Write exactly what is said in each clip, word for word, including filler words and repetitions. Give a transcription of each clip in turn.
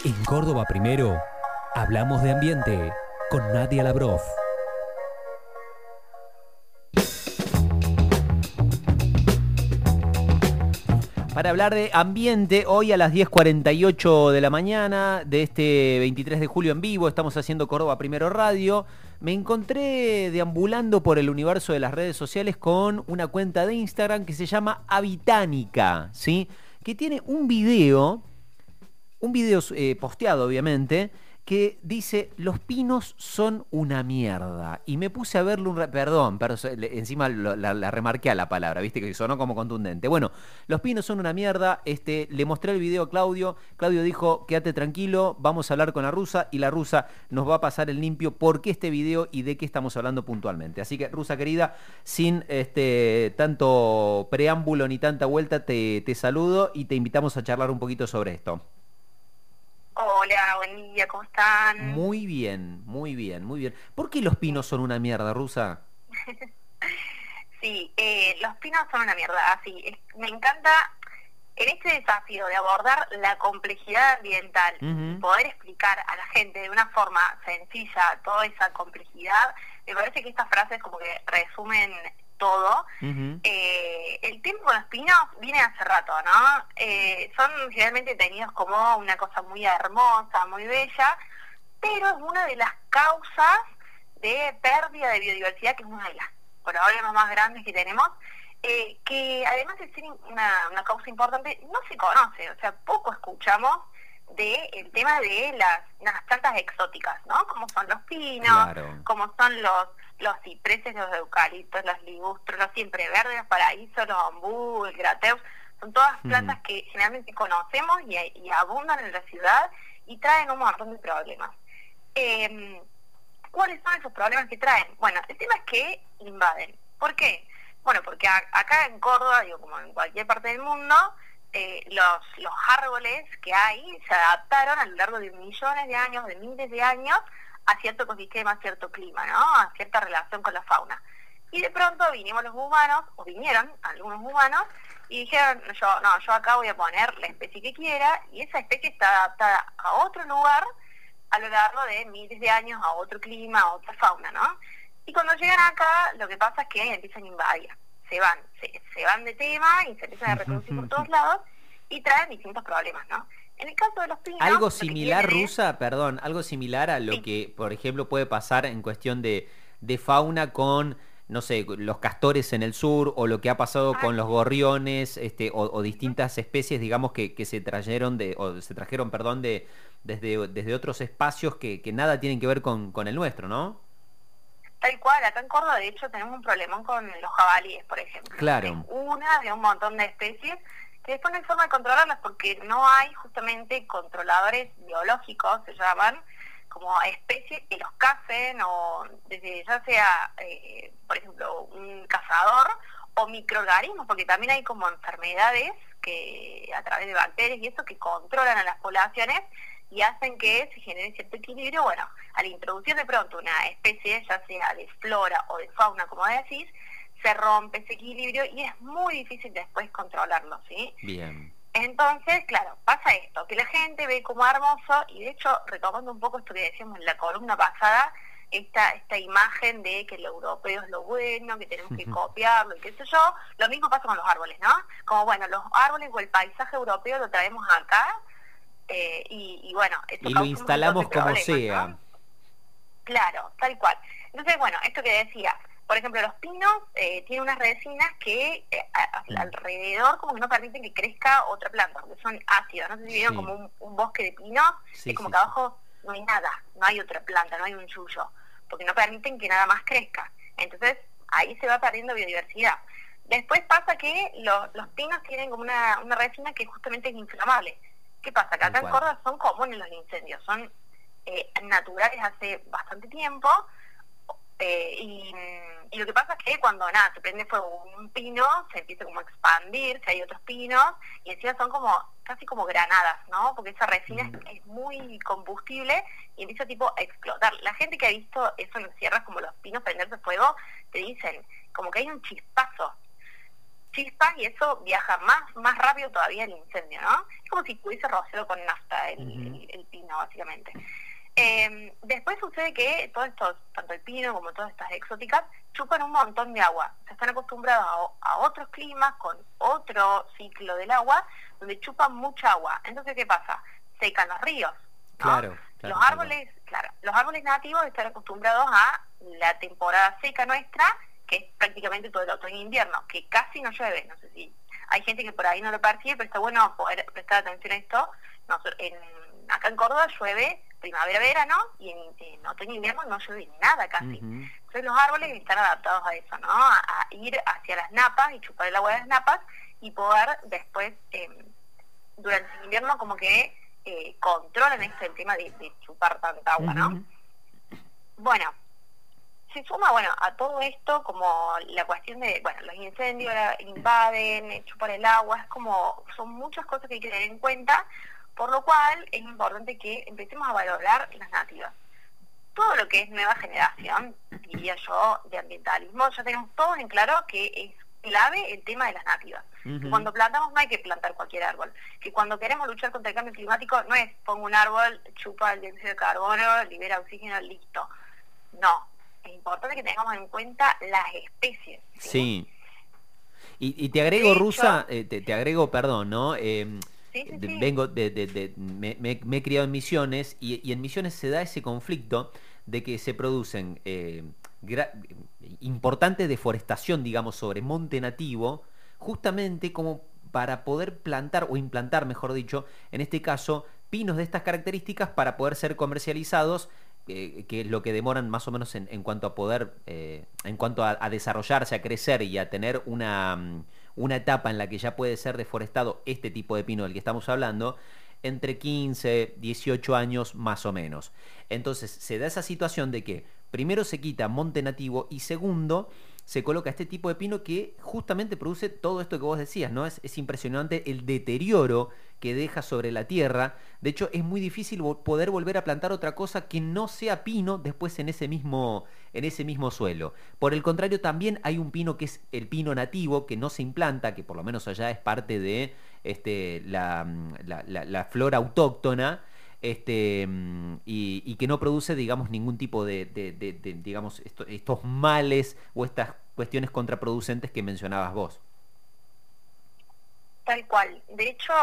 En Córdoba Primero, hablamos de ambiente con Nadia Labrof. Para hablar de ambiente, hoy a las diez cuarenta y ocho de la mañana de este veintitrés de julio en vivo, estamos haciendo Córdoba Primero Radio. Me encontré deambulando por el universo de las redes sociales con una cuenta de Instagram que se llama Habitánica, ¿sí? Que tiene un video, un video eh, posteado obviamente, que dice: los pinos son una mierda. Y me puse a verlo un... Re... Perdón, pero encima lo, la, la remarqué a la palabra, viste que sonó como contundente. Bueno, los pinos son una mierda. Este, le mostré el video a Claudio. Claudio dijo: quédate tranquilo, vamos a hablar con la rusa y la rusa nos va a pasar el limpio por qué este video y de qué estamos hablando puntualmente. Así que, rusa querida, sin este, tanto preámbulo ni tanta vuelta, te, te saludo y te invitamos a charlar un poquito sobre esto. Hola, buen día, ¿cómo están? Muy bien, muy bien, muy bien. ¿Por qué los pinos son una mierda, rusa? Sí, eh, los pinos son una mierda, así. Es, me encanta en este desafío de abordar la complejidad ambiental, uh-huh. poder explicar a la gente de una forma sencilla toda esa complejidad. Me parece que estas frases como que resumen todo. Uh-huh. Eh, el tema con los pinos viene hace rato, ¿no? Eh, son generalmente tenidos como una cosa muy hermosa, muy bella, pero es una de las causas de pérdida de biodiversidad, que es una de las problemas más grandes que tenemos, eh, que además de ser una, una causa importante, no se conoce, o sea, poco escuchamos del tema de las, las plantas exóticas, ¿no? Como son los pinos, claro. como son los los cipreses, los eucaliptos, los ligustros, los siempreverdes, los paraísos, los ombú, el grateus, son todas plantas mm. que generalmente conocemos y, y abundan en la ciudad y traen un montón de problemas. Eh, ¿Cuáles son esos problemas que traen? Bueno, el tema es que invaden. ¿Por qué? Bueno, porque a, acá en Córdoba, digo, como en cualquier parte del mundo, eh, los, los árboles que hay se adaptaron a lo largo de millones de años, de miles de años, a cierto ecosistema, a cierto clima, ¿no? A cierta relación con la fauna. Y de pronto vinimos los humanos, o vinieron algunos humanos, y dijeron, yo no, yo acá voy a poner la especie que quiera, y esa especie está adaptada a otro lugar, a lo largo de miles de años, a otro clima, a otra fauna, ¿no? Y cuando llegan acá, lo que pasa es que empiezan a invadir. Se van, se, se van de tema, y se empiezan a reproducir por todos lados, y traen distintos problemas, ¿no? En el caso de los pinos... Algo similar, rusa, es... perdón, algo similar a lo sí. que, por ejemplo, puede pasar en cuestión de, de fauna con, no sé, los castores en el sur, o lo que ha pasado ah. con los gorriones, este, o, o distintas especies, digamos, que, que se trajeron de, o se trajeron, perdón, de desde, desde otros espacios que, que nada tienen que ver con, con el nuestro, ¿no? Tal cual, acá en Córdoba, de hecho, tenemos un problemón con los jabalíes, por ejemplo. Claro. Es una de un montón de especies que después no hay forma de controlarlas porque no hay justamente controladores biológicos, se llaman, como especies que los cacen, o desde ya sea, eh, por ejemplo, un cazador o microorganismos, porque también hay como enfermedades que a través de bacterias y eso que controlan a las poblaciones y hacen que se genere cierto equilibrio. Bueno, al introducir de pronto una especie, ya sea de flora o de fauna, como decís, se rompe ese equilibrio y es muy difícil después controlarlo, ¿sí? Bien. Entonces, claro, pasa esto, que la gente ve como hermoso, y de hecho, retomando un poco esto que decíamos en la columna pasada, esta esta imagen de que lo europeo es lo bueno, que tenemos que copiarlo y qué sé yo, lo mismo pasa con los árboles, ¿no? Como, bueno, los árboles o el paisaje europeo lo traemos acá, eh, y, y bueno... Eso y lo instalamos como sea. ¿No? Claro, tal cual. Entonces, bueno, esto que decía... Por ejemplo, los pinos eh, tienen unas resinas que eh, a, a, alrededor como que no permiten que crezca otra planta, porque son ácidos. No sé si vieron sí. como un, un bosque de pinos, sí, es como sí, que abajo sí. no hay nada, no hay otra planta, no hay un yuyo, porque no permiten que nada más crezca. Entonces, ahí se va perdiendo biodiversidad. Después pasa que lo, los pinos tienen como una, una resina que justamente es inflamable. ¿Qué pasa? Que acá en Córdoba son comunes los incendios, son eh, naturales hace bastante tiempo. Eh, y, y lo que pasa es que cuando nada se prende fuego un pino, se empieza como a expandir, si hay otros pinos, y encima son como casi como granadas, ¿no? Porque esa resina mm. es, es muy combustible y empieza tipo a explotar. La gente que ha visto eso en las sierras, como los pinos prenderse fuego, te dicen como que hay un chispazo. chispas y eso viaja más, más rápido todavía el incendio, ¿no? Es como si pudiese rociado con nafta el, uh-huh. el, el pino, básicamente. Eh, después sucede que todos estos, tanto el pino como todas estas exóticas, chupan un montón de agua. Se están acostumbrados a, a otros climas, con otro ciclo del agua, donde chupan mucha agua. Entonces, ¿qué pasa? Secan los ríos, ¿no? Claro, claro, los árboles, claro. claro, los árboles nativos están acostumbrados a la temporada seca nuestra, que es prácticamente todo el otoño e invierno, que casi no llueve. No sé si hay gente que por ahí no lo percibe, pero está bueno poder prestar atención a esto. Nosotros, en, acá en Córdoba llueve primavera-verano y en, en otoño e invierno no llueve nada casi. Uh-huh. Entonces los árboles están adaptados a eso, ¿no? A, a ir hacia las napas y chupar el agua de las napas y poder después, eh, durante el invierno, como que eh, controlan este el tema de, de chupar tanta agua, ¿no? Uh-huh. Bueno, se suma, bueno, a todo esto como la cuestión de, bueno, los incendios invaden, chupar el agua, es como, son muchas cosas que hay que tener en cuenta, por lo cual es importante que empecemos a valorar las nativas. Todo lo que es nueva generación, diría yo, de ambientalismo, ya tenemos todos en claro que es clave el tema de las nativas. Uh-huh. Que cuando plantamos no hay que plantar cualquier árbol. Que cuando queremos luchar contra el cambio climático no es pongo un árbol, chupa el dióxido de carbono, libera oxígeno, listo. No. Es importante que tengamos en cuenta las especies. Sí. sí. Y, y te agrego, hecho, Rusa, eh, te, te agrego, perdón, ¿no? Eh, Sí, sí, de, sí. vengo de, de, de me, me, me he criado en Misiones y, y en Misiones se da ese conflicto de que se producen eh, gra, importante deforestación, digamos, sobre monte nativo, justamente como para poder plantar o implantar, mejor dicho, en este caso, pinos de estas características para poder ser comercializados, eh, que es lo que demoran más o menos en, en cuanto a poder, eh, en cuanto a, a desarrollarse, a crecer y a tener una... una etapa en la que ya puede ser deforestado este tipo de pino del que estamos hablando, entre quince, dieciocho años más o menos. Entonces se da esa situación de que primero se quita monte nativo y segundo se coloca este tipo de pino que justamente produce todo esto que vos decías, ¿no? Es, es impresionante el deterioro que deja sobre la tierra. De hecho, es muy difícil poder volver a plantar otra cosa que no sea pino después en ese mismo, en ese mismo suelo. Por el contrario, también hay un pino que es el pino nativo, que no se implanta, que por lo menos allá es parte de este, la, la, la, la flora autóctona, este y, y que no produce, digamos, ningún tipo de, de, de, de digamos, esto, estos males o estas cuestiones contraproducentes que mencionabas vos. Tal cual. De hecho,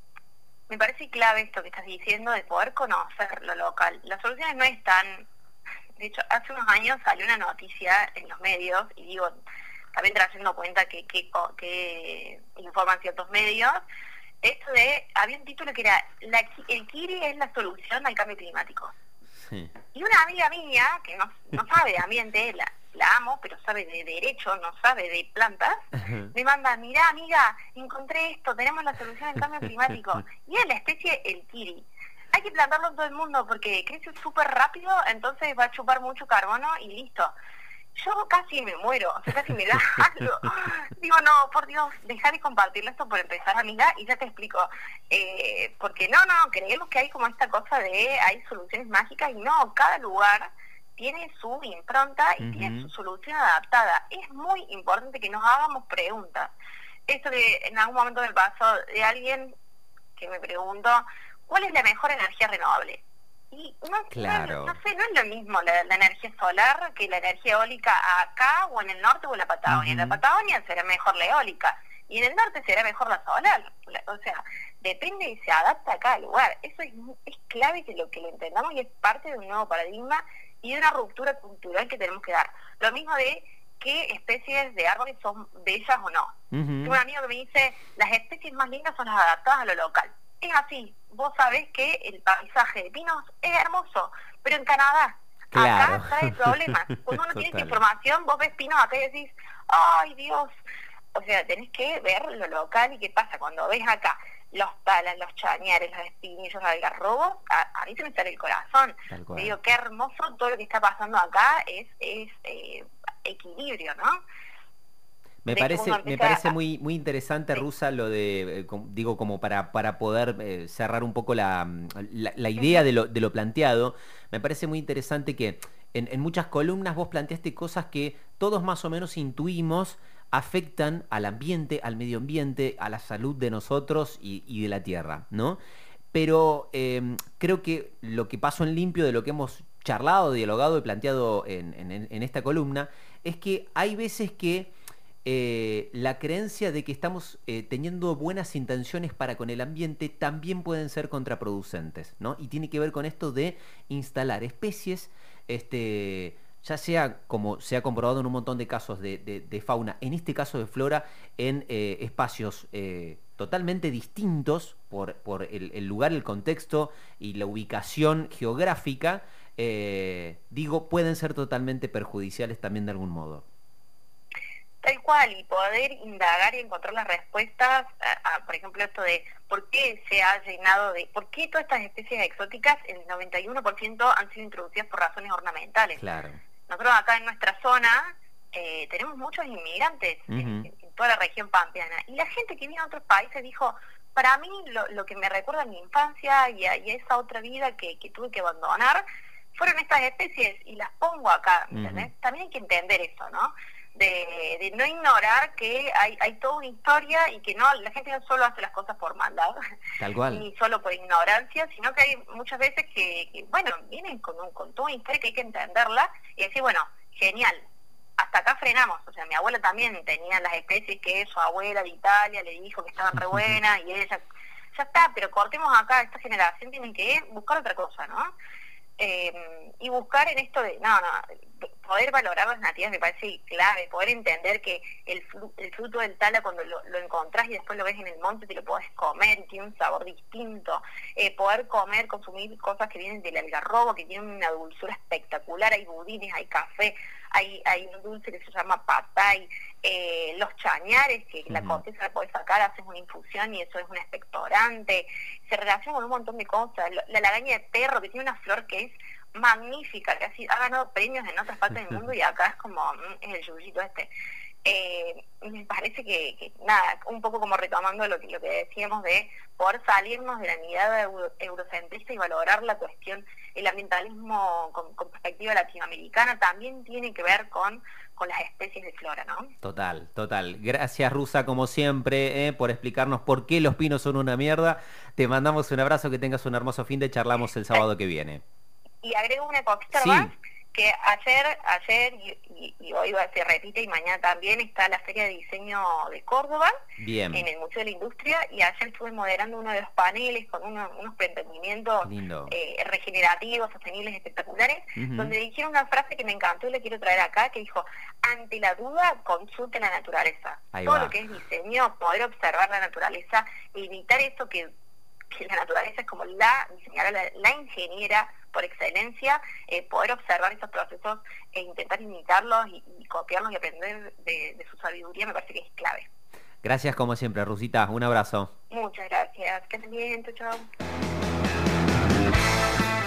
me parece clave esto que estás diciendo de poder conocer lo local. Las soluciones no están... De hecho, hace unos años salió una noticia en los medios, y digo, también trayendo cuenta que, que, que informan ciertos medios, esto de, había un título que era la, el kiri es la solución al cambio climático. Sí. Y una amiga mía, que no, no sabe de ambiente, la, la amo, pero sabe de derecho, no sabe de plantas, uh-huh. me manda, mirá amiga, encontré esto, tenemos la solución al cambio climático. Y es la especie el kiri. Hay que plantarlo en todo el mundo porque crece súper rápido, entonces va a chupar mucho carbono y listo. Yo casi me muero, o sea, casi me da algo. Digo, no, por Dios, deja de compartirlo esto por empezar, amiga, y ya te explico. Eh, porque no, no, creemos que hay como esta cosa de, hay soluciones mágicas, y no, cada lugar tiene su impronta y uh-huh. tiene su solución adaptada. Es muy importante que nos hagamos preguntas. Esto que en algún momento me pasó de alguien que me preguntó, ¿cuál es la mejor energía renovable? Y no, claro. no, no sé, no es lo mismo la, la energía solar que la energía eólica acá o en el norte o en la Patagonia. Uh-huh. En la Patagonia será mejor la eólica y en el norte será mejor la solar. O sea, depende y se adapta a cada lugar. Eso es, es clave que lo que lo entendamos y es parte de un nuevo paradigma y de una ruptura cultural que tenemos que dar. Lo mismo de qué especies de árboles son bellas o no. Uh-huh. Tengo un amigo que me dice, las especies más lindas son las adaptadas a lo local. Es así, vos sabés que el paisaje de pinos es hermoso, pero en Canadá, claro. acá trae problemas. Cuando uno tiene esta información, vos ves pinos acá y decís, ¡ay Dios! O sea, tenés que ver lo local y qué pasa. Cuando ves acá los talas, los chañares, los espinillos, los algarrobos, a, a mí se me sale el corazón. Te digo, qué hermoso todo lo que está pasando acá, es, es eh, equilibrio, ¿no? Me parece, me parece muy muy interesante, sí. Rusa, lo de, eh, com, digo, como para, para poder eh, cerrar un poco la, la, la idea de lo, de lo planteado. Me parece muy interesante que en, en muchas columnas vos planteaste cosas que todos más o menos intuimos afectan al ambiente, al medio ambiente, a la salud de nosotros y, y de la tierra, ¿no? Pero eh, creo que lo que pasó en limpio de lo que hemos charlado, dialogado y planteado en, en, en esta columna es que hay veces que eh, la creencia de que estamos eh, teniendo buenas intenciones para con el ambiente también pueden ser contraproducentes, ¿no? Y tiene que ver con esto de instalar especies, este, ya sea como se ha comprobado en un montón de casos de, de, de fauna, en este caso de flora, en eh, espacios eh, totalmente distintos por, por el, el lugar, el contexto y la ubicación geográfica, eh, digo, pueden ser totalmente perjudiciales también de algún modo. Tal cual, y poder indagar y encontrar las respuestas a, a, por ejemplo, esto de por qué se ha llenado de, por qué todas estas especies exóticas, el noventa y uno por ciento han sido introducidas por razones ornamentales. Claro. Nosotros acá en nuestra zona eh, tenemos muchos inmigrantes uh-huh. en, en toda la región pampeana, y la gente que viene a otros países dijo, para mí lo, lo que me recuerda a mi infancia y a, y a esa otra vida que, que tuve que abandonar, fueron estas especies y las pongo acá, ¿me entendés? Uh-huh. También hay que entender eso, ¿no? De, de no ignorar que hay, hay toda una historia y que no la gente no solo hace las cosas por maldad, tal cual, ni solo por ignorancia, sino que hay muchas veces que, que bueno, vienen con, un, con toda una historia que hay que entenderla y decir, bueno, genial, hasta acá frenamos. O sea, mi abuela también tenía las especies que su abuela de Italia le dijo que estaban re buenas y ella, ya está, pero cortemos acá, esta generación tiene que buscar otra cosa, ¿no? Eh, y buscar en esto de, no, no, poder valorar las nativas me parece clave, poder entender que el, fru el fruto del tala cuando lo, lo encontrás y después lo ves en el monte te lo podés comer, tiene un sabor distinto, eh, poder comer, consumir cosas que vienen del algarrobo, que tienen una dulzura espectacular, hay budines, hay café, hay, hay un dulce que se llama patay, eh, los chañares, que uh-huh. la corteza la podés sacar, haces una infusión y eso es un expectorante, se relaciona con un montón de cosas, la lagaña de perro que tiene una flor que es magnífica, que así ha ganado premios en otras partes del mundo y acá es como es el yuyito este. Eh, me parece que, que nada, un poco como retomando lo que, lo que decíamos de poder salirnos de la mirada euro, eurocentrista y valorar la cuestión, el ambientalismo con, con perspectiva latinoamericana también tiene que ver con, con las especies de flora, ¿no? Total, total. Gracias, Rusa, como siempre, eh, por explicarnos por qué los pinos son una mierda. Te mandamos un abrazo, que tengas un hermoso fin de, charlamos el sábado que viene. Y agrego una cosita sí. más, que ayer, ayer y, y, y hoy se repite y mañana también está la Feria de Diseño de Córdoba, bien, en el Museo de la Industria, y ayer estuve moderando uno de los paneles con uno, unos emprendimientos eh, regenerativos, sostenibles, espectaculares, uh-huh. donde dijeron una frase que me encantó y la quiero traer acá, que dijo, ante la duda, consulte la naturaleza. Ahí Todo va. Lo que es diseño, poder observar la naturaleza, evitar eso que que la naturaleza es como la diseñadora, la, la ingeniera por excelencia, eh, poder observar esos procesos e intentar imitarlos y, y copiarlos y aprender de, de su sabiduría me parece que es clave. Gracias como siempre, Rusita, un abrazo. Muchas gracias, que estén bien, chao, chao.